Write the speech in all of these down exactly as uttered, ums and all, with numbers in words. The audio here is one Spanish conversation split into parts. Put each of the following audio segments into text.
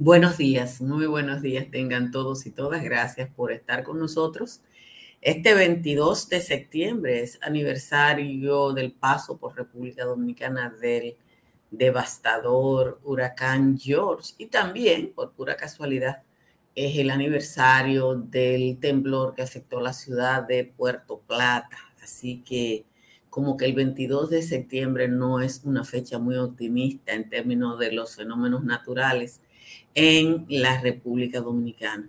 Buenos días, muy buenos días tengan todos y todas. Gracias por estar con nosotros. Este veintidós de septiembre es aniversario del paso por República Dominicana del devastador huracán George y también, por pura casualidad, es el aniversario del temblor que afectó la ciudad de Puerto Plata. Así que como que el veintidós de septiembre no es una fecha muy optimista en términos de los fenómenos naturales en la República Dominicana.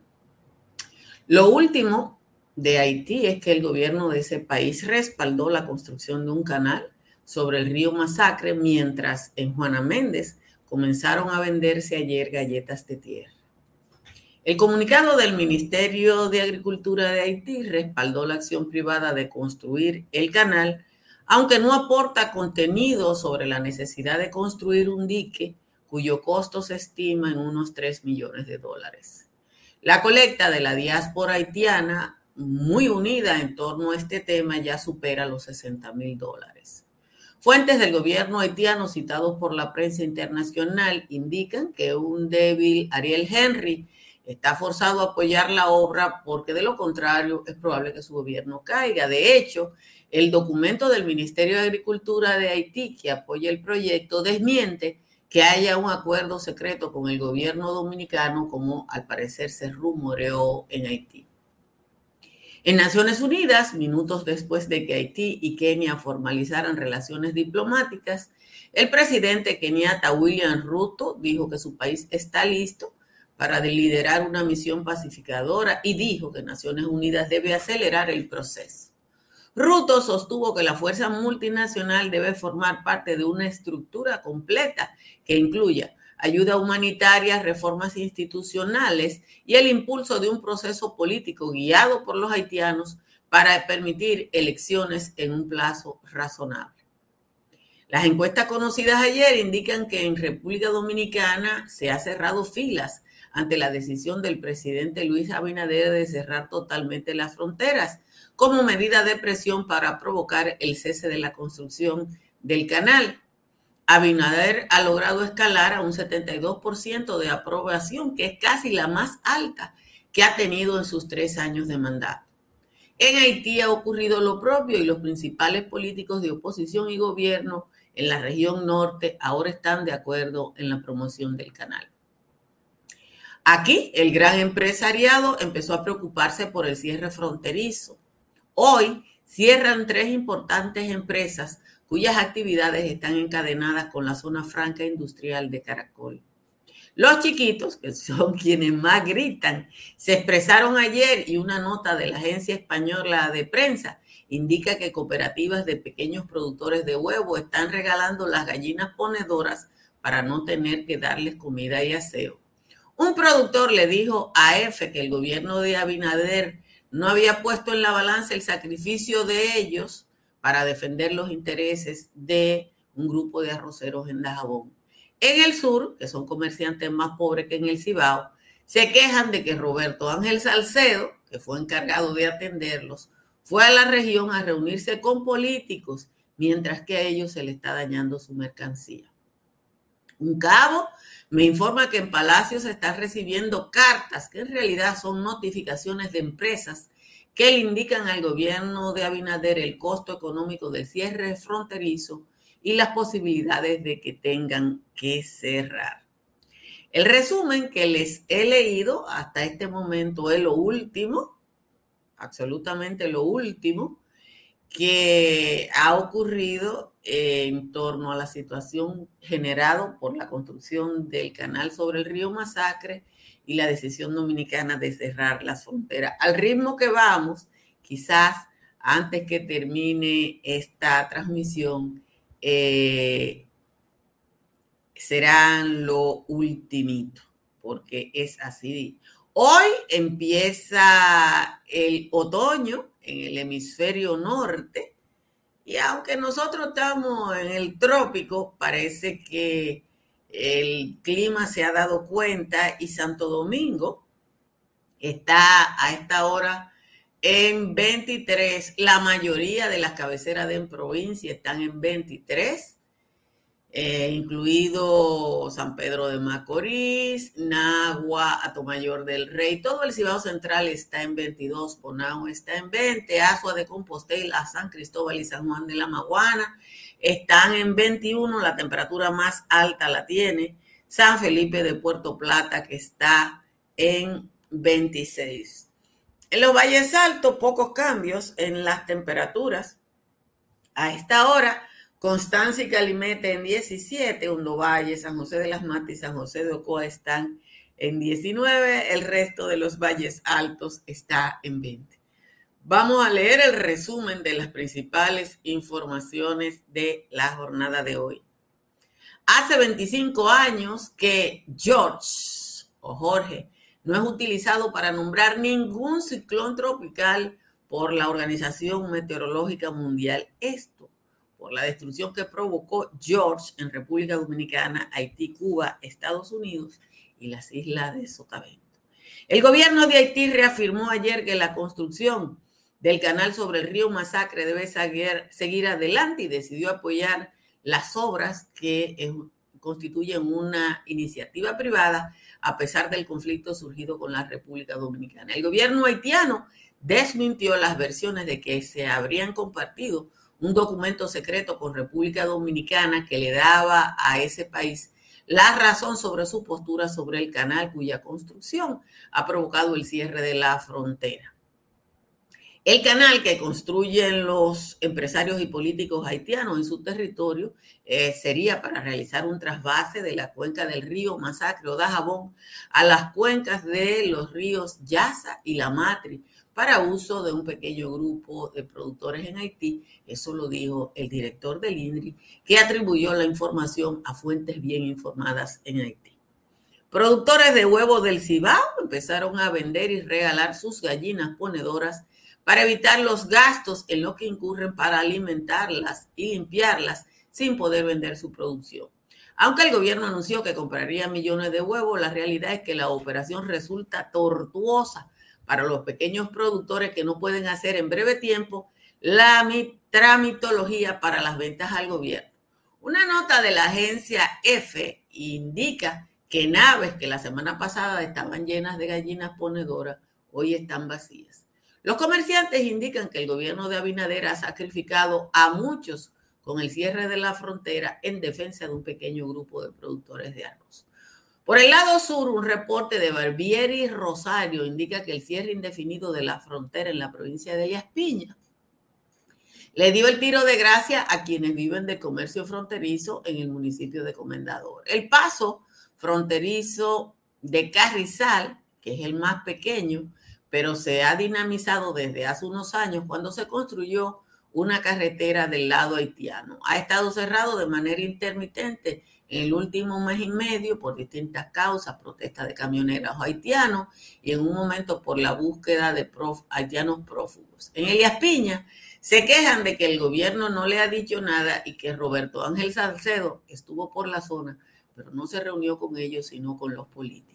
Lo último de Haití es que el gobierno de ese país respaldó la construcción de un canal sobre el río Masacre, mientras en Juana Méndez comenzaron a venderse ayer galletas de tierra. El comunicado del Ministerio de Agricultura de Haití respaldó la acción privada de construir el canal, aunque no aporta contenido sobre la necesidad de construir un dique cuyo costo se estima en unos tres millones de dólares. La colecta de la diáspora haitiana, muy unida en torno a este tema, ya supera los sesenta mil dólares. Fuentes del gobierno haitiano citados por la prensa internacional indican que un débil Ariel Henry está forzado a apoyar la obra porque de lo contrario es probable que su gobierno caiga. De hecho, el documento del Ministerio de Agricultura de Haití que apoya el proyecto desmiente que haya un acuerdo secreto con el gobierno dominicano, como al parecer se rumoreó en Haití. En Naciones Unidas, minutos después de que Haití y Kenia formalizaran relaciones diplomáticas, el presidente keniata William Ruto dijo que su país está listo para liderar una misión pacificadora y dijo que Naciones Unidas debe acelerar el proceso. Ruto sostuvo que la fuerza multinacional debe formar parte de una estructura completa que incluya ayuda humanitaria, reformas institucionales y el impulso de un proceso político guiado por los haitianos para permitir elecciones en un plazo razonable. Las encuestas conocidas ayer indican que en República Dominicana se ha cerrado filas ante la decisión del presidente Luis Abinader de cerrar totalmente las fronteras como medida de presión para provocar el cese de la construcción del canal. Abinader ha logrado escalar a un setenta y dos por ciento de aprobación, que es casi la más alta que ha tenido en sus tres años de mandato. En Haití ha ocurrido lo propio y los principales políticos de oposición y gobierno en la región norte ahora están de acuerdo en la promoción del canal. Aquí el gran empresariado empezó a preocuparse por el cierre fronterizo. Hoy cierran tres importantes empresas cuyas actividades están encadenadas con la zona franca industrial de Caracol. Los chiquitos, que son quienes más gritan, se expresaron ayer y una nota de la agencia española de prensa indica que cooperativas de pequeños productores de huevo están regalando las gallinas ponedoras para no tener que darles comida y aseo. Un productor le dijo a F que el gobierno de Abinader no había puesto en la balanza el sacrificio de ellos para defender los intereses de un grupo de arroceros en Dajabón. En el sur, que son comerciantes más pobres que en el Cibao, se quejan de que Roberto Ángel Salcedo, que fue encargado de atenderlos, fue a la región a reunirse con políticos, mientras que a ellos se les está dañando su mercancía. Un cabo me informa que en Palacio se están recibiendo cartas que en realidad son notificaciones de empresas que le indican al gobierno de Abinader el costo económico del cierre fronterizo y las posibilidades de que tengan que cerrar. El resumen que les he leído hasta este momento es lo último, absolutamente lo último, que ha ocurrido en torno a la situación generada por la construcción del canal sobre el río Masacre y la decisión dominicana de cerrar las fronteras. Al ritmo que vamos, quizás antes que termine esta transmisión, eh, serán lo ultimito, porque es así. Hoy empieza el otoño en el hemisferio norte y aunque nosotros estamos en el trópico, parece que el clima se ha dado cuenta y Santo Domingo está a esta hora en veintitrés. La mayoría de las cabeceras de provincia están en veintitrés. eh, incluido San Pedro de Macorís, Nagua, Atomayor del Rey. Todo el Cibao Central está en veintidós, Bonao está en veinte, Azua de Compostela, San Cristóbal y San Juan de la Maguana están en veintiuno, la temperatura más alta la tiene San Felipe de Puerto Plata, que está en veintiséis. En los valles altos, pocos cambios en las temperaturas. A esta hora, Constanza y Calimete en diecisiete, Hondo Valle, San José de las Matas y San José de Ocoa están en diecinueve, el resto de los valles altos está en veinte. Vamos a leer el resumen de las principales informaciones de la jornada de hoy. Hace veinticinco años que George o Jorge no es utilizado para nombrar ningún ciclón tropical por la Organización Meteorológica Mundial. Esto por la destrucción que provocó George en República Dominicana, Haití, Cuba, Estados Unidos y las islas de Sotavento. El gobierno de Haití reafirmó ayer que la construcción del canal sobre el río Masacre debe seguir adelante y decidió apoyar las obras que eh, constituyen una iniciativa privada a pesar del conflicto surgido con la República Dominicana. El gobierno haitiano desmintió las versiones de que se habrían compartido un documento secreto con República Dominicana que le daba a ese país la razón sobre su postura sobre el canal, cuya construcción ha provocado el cierre de la frontera. El canal que construyen los empresarios y políticos haitianos en su territorio eh, sería para realizar un trasvase de la cuenca del río Masacre o Dajabón a las cuencas de los ríos Yasa y La Matri para uso de un pequeño grupo de productores en Haití. Eso lo dijo el director del INRI, que atribuyó la información a fuentes bien informadas en Haití. Productores de huevos del Cibao empezaron a vender y regalar sus gallinas ponedoras para evitar los gastos en lo que incurren para alimentarlas y limpiarlas sin poder vender su producción. Aunque el gobierno anunció que compraría millones de huevos, la realidad es que la operación resulta tortuosa para los pequeños productores que no pueden hacer en breve tiempo la tramitología para las ventas al gobierno. Una nota de la agencia EFE indica que naves que la semana pasada estaban llenas de gallinas ponedoras hoy están vacías. Los comerciantes indican que el gobierno de Abinader ha sacrificado a muchos con el cierre de la frontera en defensa de un pequeño grupo de productores de arroz. Por el lado sur, un reporte de Barbieri Rosario indica que el cierre indefinido de la frontera en la provincia de Elías Piña le dio el tiro de gracia a quienes viven de comercio fronterizo en el municipio de Comendador. El paso fronterizo de Carrizal, que es el más pequeño, pero se ha dinamizado desde hace unos años cuando se construyó una carretera del lado haitiano. Ha estado cerrado de manera intermitente en el último mes y medio por distintas causas, protestas de camioneros haitianos y en un momento por la búsqueda de prof, haitianos prófugos. En Elías Piña se quejan de que el gobierno no le ha dicho nada y que Roberto Ángel Salcedo estuvo por la zona, pero no se reunió con ellos, sino con los políticos.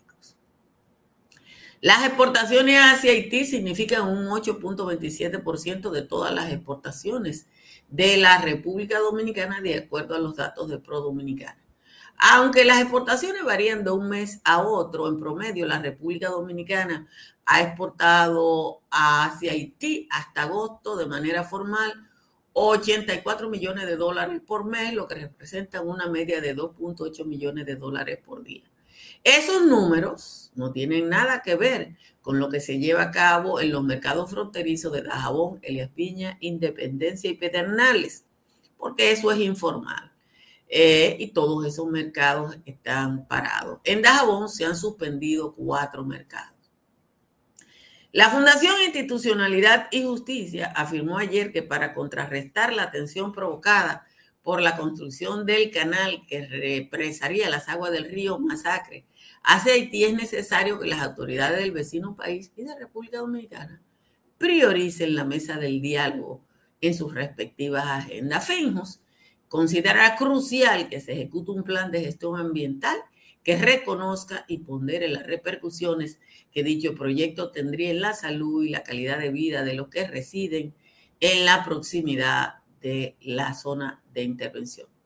Las exportaciones hacia Haití significan un ocho punto veintisiete por ciento de todas las exportaciones de la República Dominicana, de acuerdo a los datos de Pro Dominicana. Aunque las exportaciones varían de un mes a otro, en promedio la República Dominicana ha exportado hacia Haití hasta agosto de manera formal ochenta y cuatro millones de dólares por mes, lo que representa una media de dos punto ocho millones de dólares por día. Esos números no tienen nada que ver con lo que se lleva a cabo en los mercados fronterizos de Dajabón, Elías Piña, Independencia y Pedernales, porque eso es informal. Eh, y todos esos mercados están parados. En Dajabón se han suspendido cuatro mercados. La Fundación Institucionalidad y Justicia afirmó ayer que para contrarrestar la tensión provocada por la construcción del canal que represaría las aguas del río Masacre hacia Haití, es necesario que las autoridades del vecino país y de República Dominicana prioricen la mesa del diálogo en sus respectivas agendas. Finjos considera crucial que se ejecute un plan de gestión ambiental que reconozca y pondere las repercusiones que dicho proyecto tendría en la salud y la calidad de vida de los que residen en la proximidad de la zona de intervención.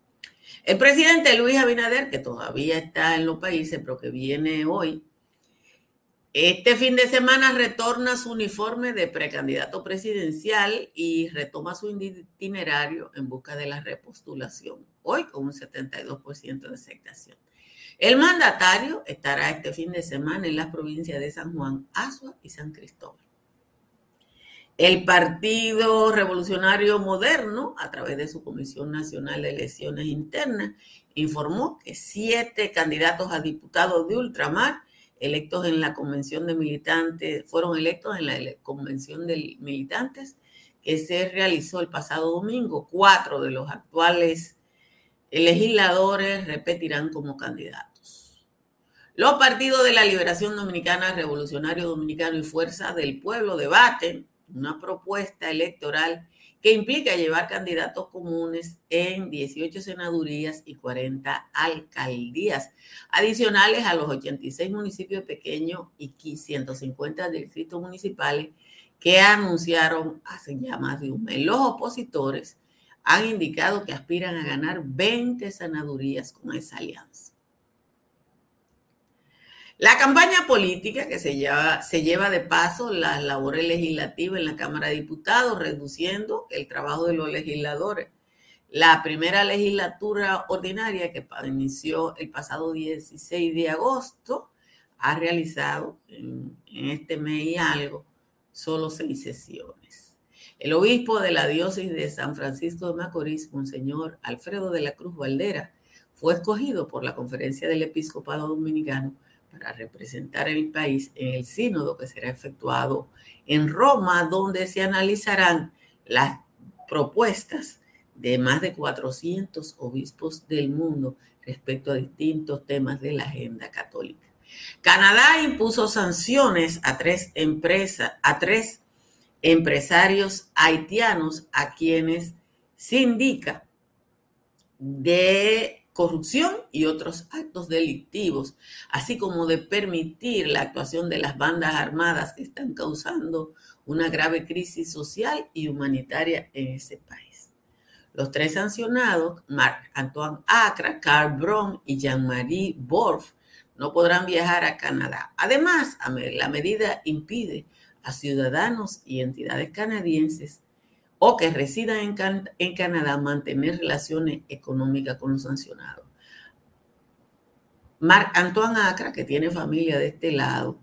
El presidente Luis Abinader, que todavía está en los países, pero que viene hoy, este fin de semana retorna su uniforme de precandidato presidencial y retoma su itinerario en busca de la repostulación, hoy con un setenta y dos por ciento de aceptación. El mandatario estará este fin de semana en las provincias de San Juan, Azua y San Cristóbal. El Partido Revolucionario Moderno, a través de su Comisión Nacional de Elecciones Internas, informó que siete candidatos a diputados de ultramar electos en la convención de militantes, fueron electos en la convención de militantes que se realizó el pasado domingo. Cuatro de los actuales legisladores repetirán como candidatos. Los partidos de la Liberación Dominicana, Revolucionario Dominicano y Fuerza del Pueblo debaten una propuesta electoral que implica llevar candidatos comunes en dieciocho senadurías y cuarenta alcaldías, adicionales a los ochenta y seis municipios pequeños y ciento cincuenta distritos municipales que anunciaron hace ya más de un mes. Los opositores han indicado que aspiran a ganar veinte senadurías con esa alianza. La campaña política que se lleva, se lleva de paso las labores legislativas en la Cámara de Diputados, reduciendo el trabajo de los legisladores. La primera legislatura ordinaria que inició el pasado dieciséis de agosto ha realizado en, en este mes y algo solo seis sesiones. El obispo de la diócesis de San Francisco de Macorís, Monseñor Alfredo de la Cruz Valdera, fue escogido por la Conferencia del Episcopado Dominicano para representar el país en el sínodo que será efectuado en Roma, donde se analizarán las propuestas de más de cuatrocientos obispos del mundo respecto a distintos temas de la agenda católica. Canadá impuso sanciones a tres empresas, a tres empresarios haitianos a quienes se indica de corrupción y otros actos delictivos, así como de permitir la actuación de las bandas armadas que están causando una grave crisis social y humanitaria en ese país. Los tres sancionados, Marc-Antoine Acra, Carl Brown y Jean-Marie Borf, no podrán viajar a Canadá. Además, la medida impide a ciudadanos y entidades canadienses o que residan en, Can en Canadá mantener relaciones económicas con los sancionados. Marc-Antoine Acra, que tiene familia de este lado,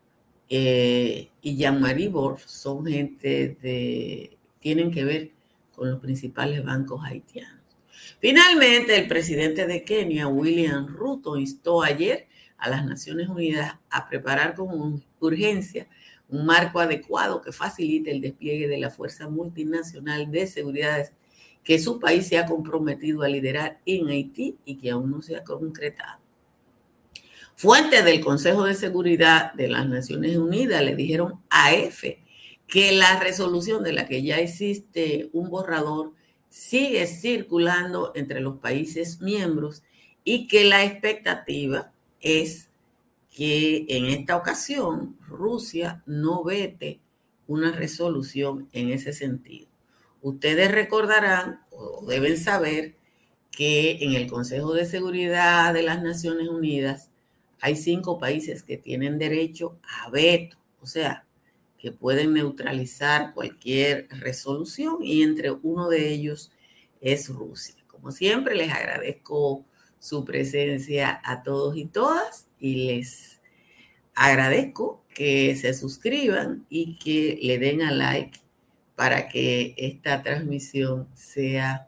eh, y Jean-Marie Borf son gente de, tienen que ver con los principales bancos haitianos. Finalmente, el presidente de Kenia, William Ruto, instó ayer a las Naciones Unidas a preparar con urgencia un marco adecuado que facilite el despliegue de la Fuerza Multinacional de Seguridad que su país se ha comprometido a liderar en Haití y que aún no se ha concretado. Fuentes del Consejo de Seguridad de las Naciones Unidas le dijeron a EFE que la resolución de la que ya existe un borrador sigue circulando entre los países miembros y que la expectativa es que en esta ocasión Rusia no vete una resolución en ese sentido. Ustedes recordarán o deben saber que en el Consejo de Seguridad de las Naciones Unidas hay cinco países que tienen derecho a veto, o sea, que pueden neutralizar cualquier resolución y entre uno de ellos es Rusia. Como siempre, les agradezco su presencia a todos y todas y les agradezco que se suscriban y que le den a like para que esta transmisión sea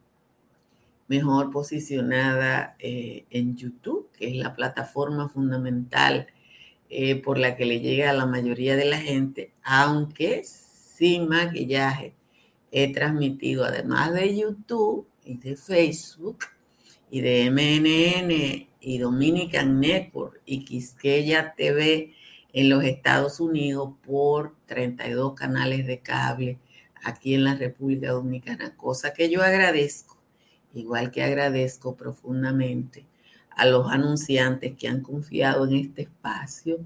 mejor posicionada eh, en YouTube, que es la plataforma fundamental eh, por la que le llega a la mayoría de la gente, aunque sin maquillaje he transmitido, además de YouTube y de Facebook y de M N N y Dominican Network y Quisqueya T V en los Estados Unidos por treinta y dos canales de cable aquí en la República Dominicana, cosa que yo agradezco, igual que agradezco profundamente a los anunciantes que han confiado en este espacio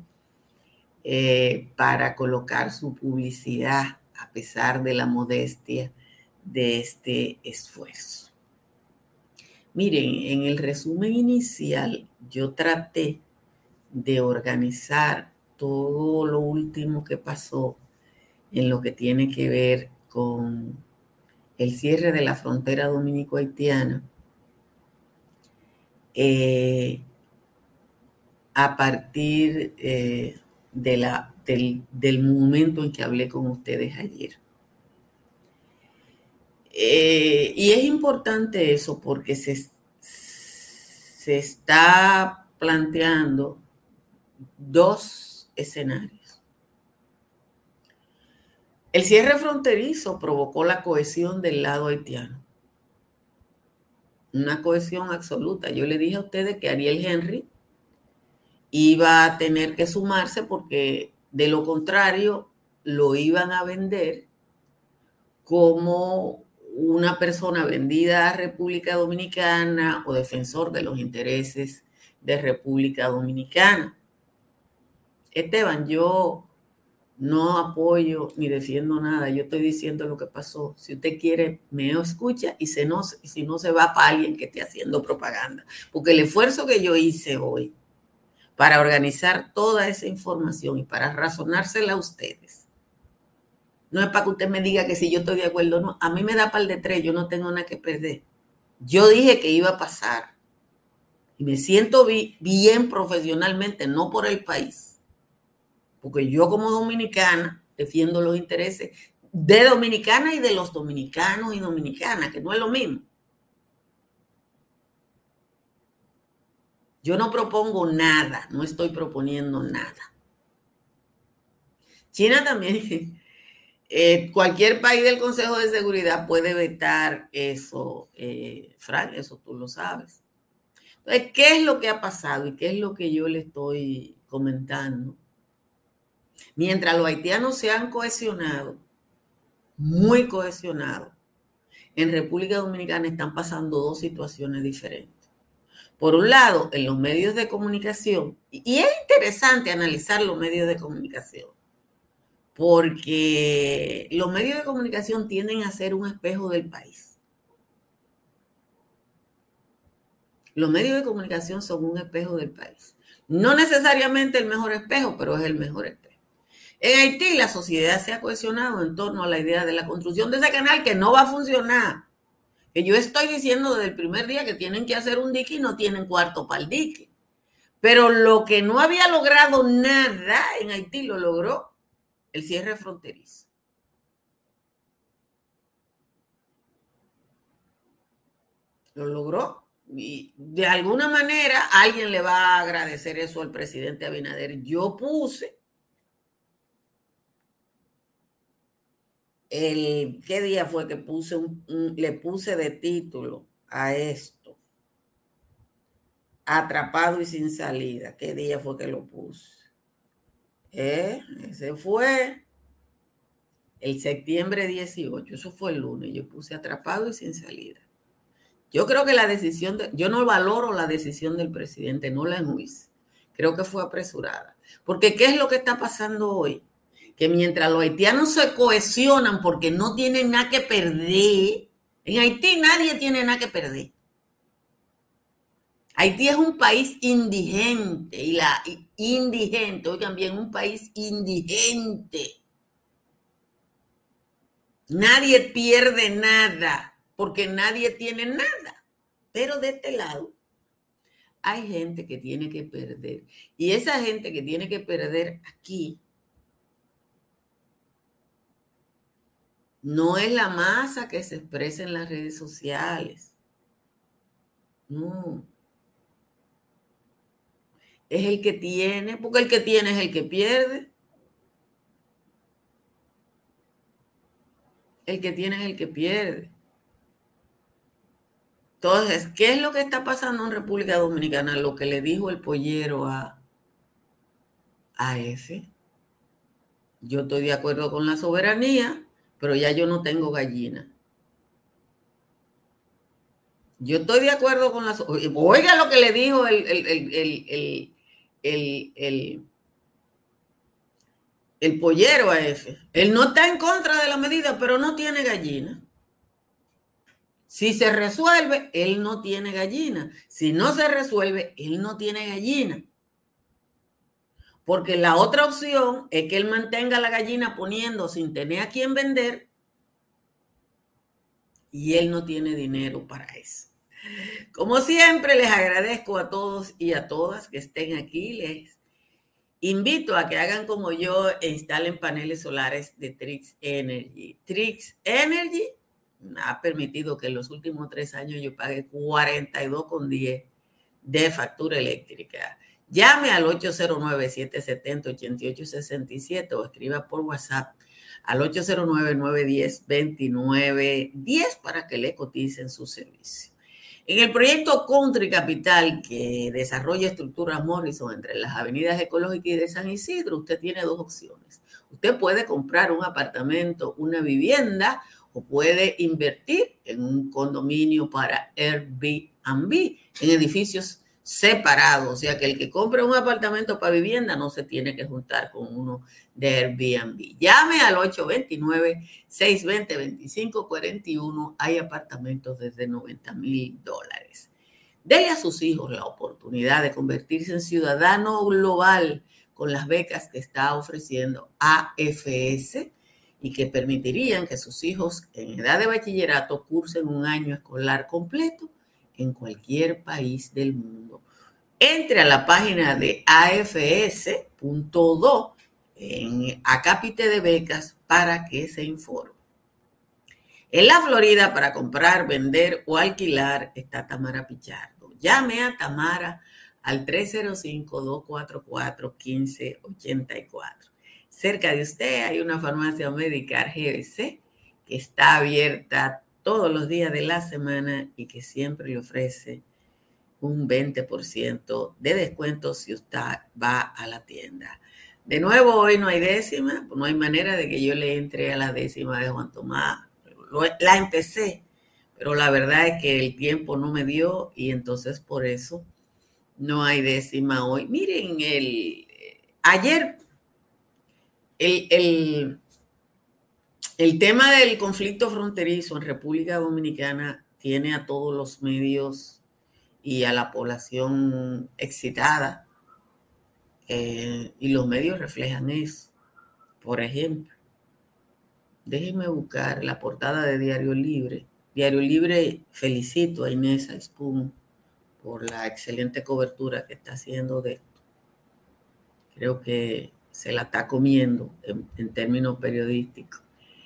eh, para colocar su publicidad a pesar de la modestia de este esfuerzo. Miren, en el resumen inicial yo traté de organizar todo lo último que pasó en lo que tiene que ver con el cierre de la frontera dominico-haitiana eh, a partir eh, de la, del, del momento en que hablé con ustedes ayer. Eh, y es importante eso porque se, se está planteando dos escenarios. El cierre fronterizo provocó la cohesión del lado haitiano. Una cohesión absoluta. Yo le dije a ustedes que Ariel Henry iba a tener que sumarse porque de lo contrario lo iban a vender como una persona vendida a República Dominicana o defensor de los intereses de República Dominicana. Esteban, yo no apoyo ni defiendo nada, yo estoy diciendo lo que pasó. Si usted quiere, me escucha y si no, si no se va para alguien que esté haciendo propaganda. Porque el esfuerzo que yo hice hoy para organizar toda esa información y para razonársela a ustedes, no es para que usted me diga que si yo estoy de acuerdo o no. A mí me da par de tres, yo no tengo nada que perder. Yo dije que iba a pasar y me siento bien profesionalmente, no por el país, porque yo como dominicana defiendo los intereses de Dominicana y de los dominicanos y dominicanas, que no es lo mismo. Yo no propongo nada, no estoy proponiendo nada. China también, eh, cualquier país del Consejo de Seguridad puede vetar eso, eh, Frank, eso tú lo sabes. Entonces, ¿qué es lo que ha pasado y qué es lo que yo le estoy comentando? Mientras los haitianos se han cohesionado, muy cohesionados, en República Dominicana están pasando dos situaciones diferentes. Por un lado, en los medios de comunicación, y es interesante analizar los medios de comunicación, porque los medios de comunicación tienden a ser un espejo del país. Los medios de comunicación son un espejo del país. No necesariamente el mejor espejo, pero es el mejor espejo. En Haití la sociedad se ha cohesionado en torno a la idea de la construcción de ese canal que no va a funcionar. Que yo estoy diciendo desde el primer día que tienen que hacer un dique y no tienen cuarto para el dique. Pero lo que no había logrado nada en Haití lo logró el cierre fronterizo. Lo logró. Y de alguna manera alguien le va a agradecer eso al presidente Abinader. Yo puse el, ¿qué día fue que puse un, un, le puse de título a esto? Atrapado y sin salida. ¿Qué día fue que lo puse? ¿Eh? Ese fue el septiembre dieciocho. Eso fue el lunes. Yo puse atrapado y sin salida. Yo creo que la decisión, de, yo no valoro la decisión del presidente, no la enjuicio. Creo que fue apresurada. Porque ¿qué es lo que está pasando hoy? Que mientras los haitianos se cohesionan porque no tienen nada que perder, en Haití nadie tiene nada que perder. Haití es un país indigente y la indigente, oigan bien, un país indigente. Nadie pierde nada porque nadie tiene nada. Pero de este lado hay gente que tiene que perder. Y esa gente que tiene que perder aquí no es la masa que se expresa en las redes sociales. No. Es el que tiene, porque el que tiene es el que pierde. El que tiene es el que pierde. Entonces, ¿qué es lo que está pasando en República Dominicana? Lo que le dijo el pollero a, a ese. Yo estoy de acuerdo con la soberanía, pero ya yo no tengo gallina. Yo estoy de acuerdo con la soberanía. Oiga lo que le dijo el, el, el, el, el, el, el, el pollero a ese. Él no está en contra de la medida, pero no tiene gallina. Si se resuelve, él no tiene gallina. Si no se resuelve, él no tiene gallina. Porque la otra opción es que él mantenga la gallina poniendo sin tener a quién vender y él no tiene dinero para eso. Como siempre, les agradezco a todos y a todas que estén aquí. Les invito a que hagan como yo e instalen paneles solares de Trix Energy. Trix Energy me ha permitido que en los últimos tres años yo pague cuarenta y dos con diez de factura eléctrica. Llame al ocho cero nueve, siete siete cero, ocho ocho seis siete o escriba por WhatsApp al ocho cero nueve, nueve uno cero, dos nueve uno cero para que le coticen su servicio. En el proyecto Country Capital, que desarrolla estructuras Morrison entre las avenidas Ecológica y de San Isidro, usted tiene dos opciones. Usted puede comprar un apartamento, una vivienda, o puede invertir en un condominio para Airbnb, en edificios separados. O sea que el que compra un apartamento para vivienda no se tiene que juntar con uno de Airbnb. Llame al ocho dos nueve, seis dos cero, dos cinco cuatro uno. Hay apartamentos desde noventa mil dólares. Dele a sus hijos la oportunidad de convertirse en ciudadano global con las becas que está ofreciendo A F S y que permitirían que sus hijos en edad de bachillerato cursen un año escolar completo en cualquier país del mundo. Entre a la página de A F S punto do en Acápite de Becas para que se informe. En la Florida, para comprar, vender o alquilar, está Tamara Pichardo. Llame a Tamara al tres cero cinco, dos cuatro cuatro, uno cinco ocho cuatro. Cerca de usted hay una farmacia Medicar G B C que está abierta todos los días de la semana y que siempre le ofrece un veinte por ciento de descuento si usted va a la tienda. De nuevo, hoy no hay décima, no hay manera de que yo le entre a la décima de Juan Tomás. La empecé, pero la verdad es que el tiempo no me dio y entonces por eso no hay décima hoy. Miren, el, ayer el, el, el tema del conflicto fronterizo en República Dominicana tiene a todos los medios y a la población excitada, eh, y los medios reflejan eso. Por ejemplo, déjenme buscar la portada de Diario Libre. Diario Libre, felicito a Inés Aispun por la excelente cobertura que está haciendo de esto. Creo que se la está comiendo en, en términos periodísticos.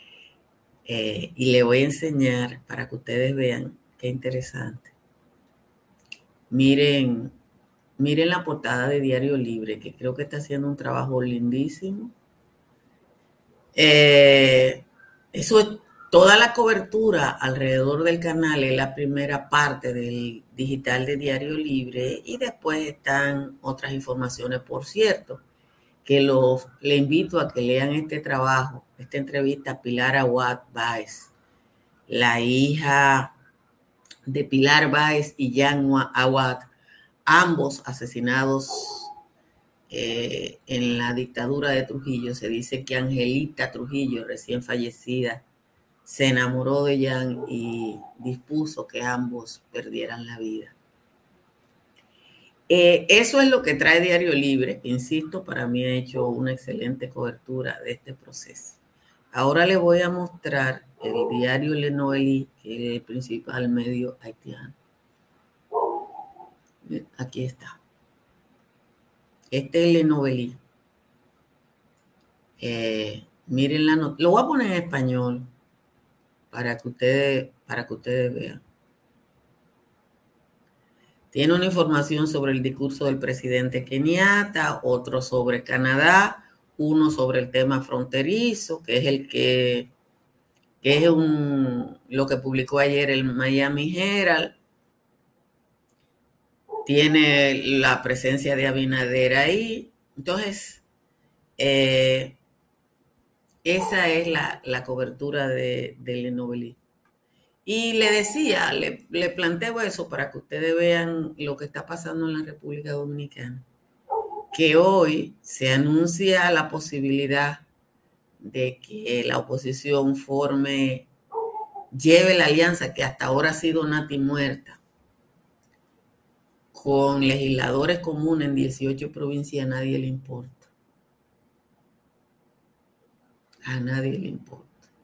Eh, y le voy a enseñar para que ustedes vean qué interesante. Miren, miren la portada de Diario Libre, que creo que está haciendo un trabajo lindísimo. Eh, eso es toda la cobertura alrededor del canal, es la primera parte del digital de Diario Libre y después están otras informaciones. Por cierto, que los, le invito a que lean este trabajo, esta entrevista a Pilar Aguad Báez, la hija de Pilar Báez y Jan Aguad, ambos asesinados eh, en la dictadura de Trujillo. Se dice que Angelita Trujillo, recién fallecida, se enamoró de Jan y dispuso que ambos perdieran la vida. Eh, eso es lo que trae Diario Libre, que insisto, para mí ha hecho una excelente cobertura de este proceso. Ahora les voy a mostrar el diario Le Novelí, que es el principal medio haitiano. Aquí está. Este es Le Novelí. Eh, miren la nota. Lo voy a poner en español para que ustedes, para que ustedes vean. Tiene una información sobre el discurso del presidente Kenyatta, otro sobre Canadá, uno sobre el tema fronterizo, que es el que, que es un, lo que publicó ayer el Miami Herald. Tiene la presencia de Abinader ahí. Entonces, eh, esa es la, la cobertura de, de Le Novelí. Y le decía, le, le planteo eso para que ustedes vean lo que está pasando en la República Dominicana, que hoy se anuncia la posibilidad de que la oposición forme lleve la alianza que hasta ahora ha sido nati muerta con legisladores comunes en dieciocho provincias, a nadie le importa. A nadie le importa.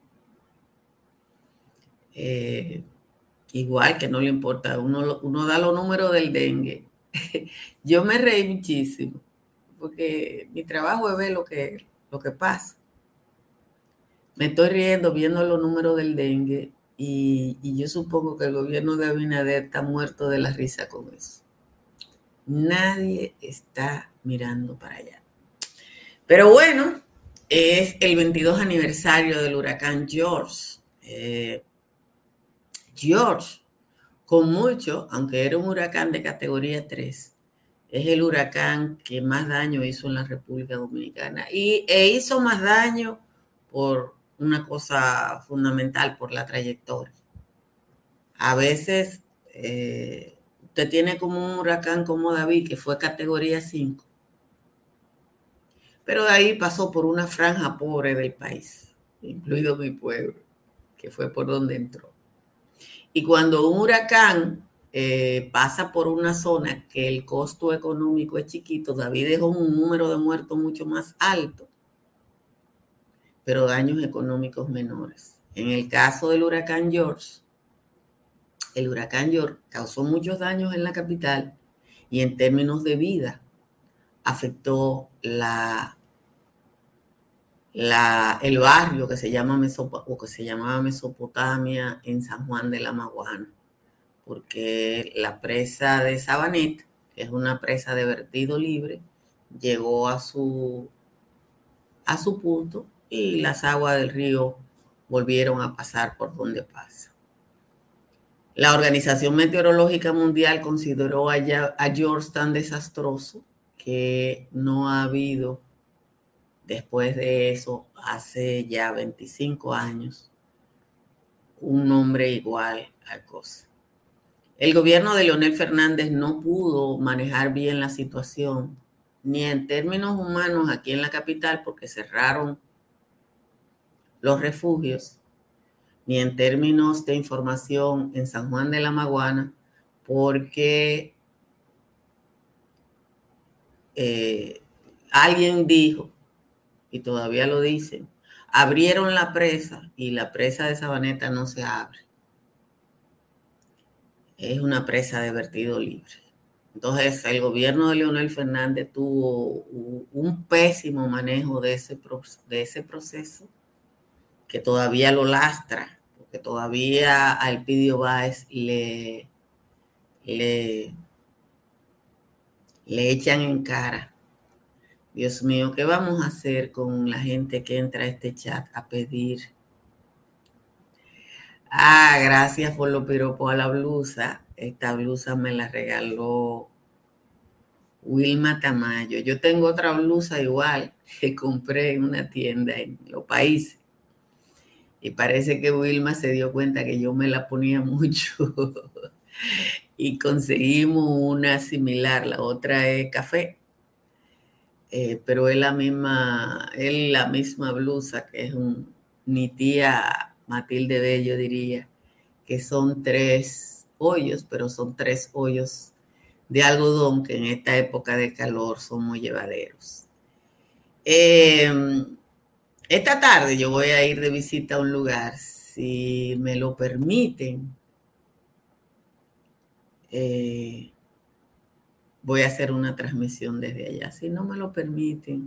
Eh, igual que no le importa, uno, uno da los números del dengue. Yo me reí muchísimo, porque mi trabajo es ver lo que, lo que pasa. Me estoy riendo viendo los números del dengue y, y yo supongo que el gobierno de Abinader está muerto de la risa con eso. Nadie está mirando para allá. Pero bueno, es el veintidós aniversario del huracán George. Eh, George, con mucho, aunque era un huracán de categoría tres, es el huracán que más daño hizo en la República Dominicana. Y e hizo más daño por una cosa fundamental, por la trayectoria. A veces eh, usted tiene como un huracán como David, que fue categoría cinco, pero de ahí pasó por una franja pobre del país, incluido mi pueblo, que fue por donde entró. Y cuando un huracán eh, pasa por una zona que el costo económico es chiquito, David dejó un número de muertos mucho más alto, pero daños económicos menores. En el caso del huracán George, el huracán George causó muchos daños en la capital y en términos de vida afectó la, la, el barrio que se, llama Mesop- o que se llamaba Mesopotamia en San Juan de la Maguana, porque la presa de Sabanet, que es una presa de vertido libre, llegó a su, a su punto y las aguas del río volvieron a pasar por donde pasa. La Organización Meteorológica Mundial consideró a, a George tan desastroso que no ha habido, después de eso, hace ya veinticinco años, un nombre igual al cosa. El gobierno de Leonel Fernández no pudo manejar bien la situación, ni en términos humanos aquí en la capital, porque cerraron los refugios, ni en términos de información en San Juan de la Maguana, porque eh, alguien dijo, y todavía lo dicen, abrieron la presa y la presa de Sabaneta no se abre. Es una presa de vertido libre. Entonces, el gobierno de Leonel Fernández tuvo un pésimo manejo de ese, de ese proceso, que todavía lo lastra, porque todavía a Elpidio Báez le, le, le echan en cara. Dios mío, ¿qué vamos a hacer con la gente que entra a este chat a pedir? Ah, gracias por los piropos a la blusa. Esta blusa me la regaló Wilma Tamayo. Yo tengo otra blusa igual que compré en una tienda en Los Países. Y parece que Wilma se dio cuenta que yo me la ponía mucho. Y conseguimos una similar. La otra es café. Eh, pero es la misma, es la misma blusa que es un, mi tía Matilde Bello diría que son tres hoyos, pero son tres hoyos de algodón que en esta época de calor son muy llevaderos. Eh, esta tarde yo voy a ir de visita a un lugar, si me lo permiten. Eh, voy a hacer una transmisión desde allá. Si no me lo permiten,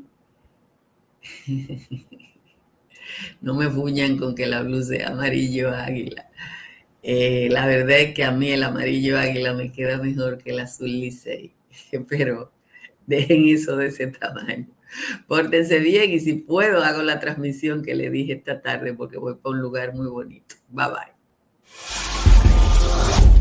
no me fuñan con que la blusa es amarillo águila. Eh, la verdad es que a mí el amarillo águila me queda mejor que el azul Licey, pero dejen eso de ese tamaño. Pórtense bien y si puedo hago la transmisión que le dije esta tarde porque voy para un lugar muy bonito. Bye bye.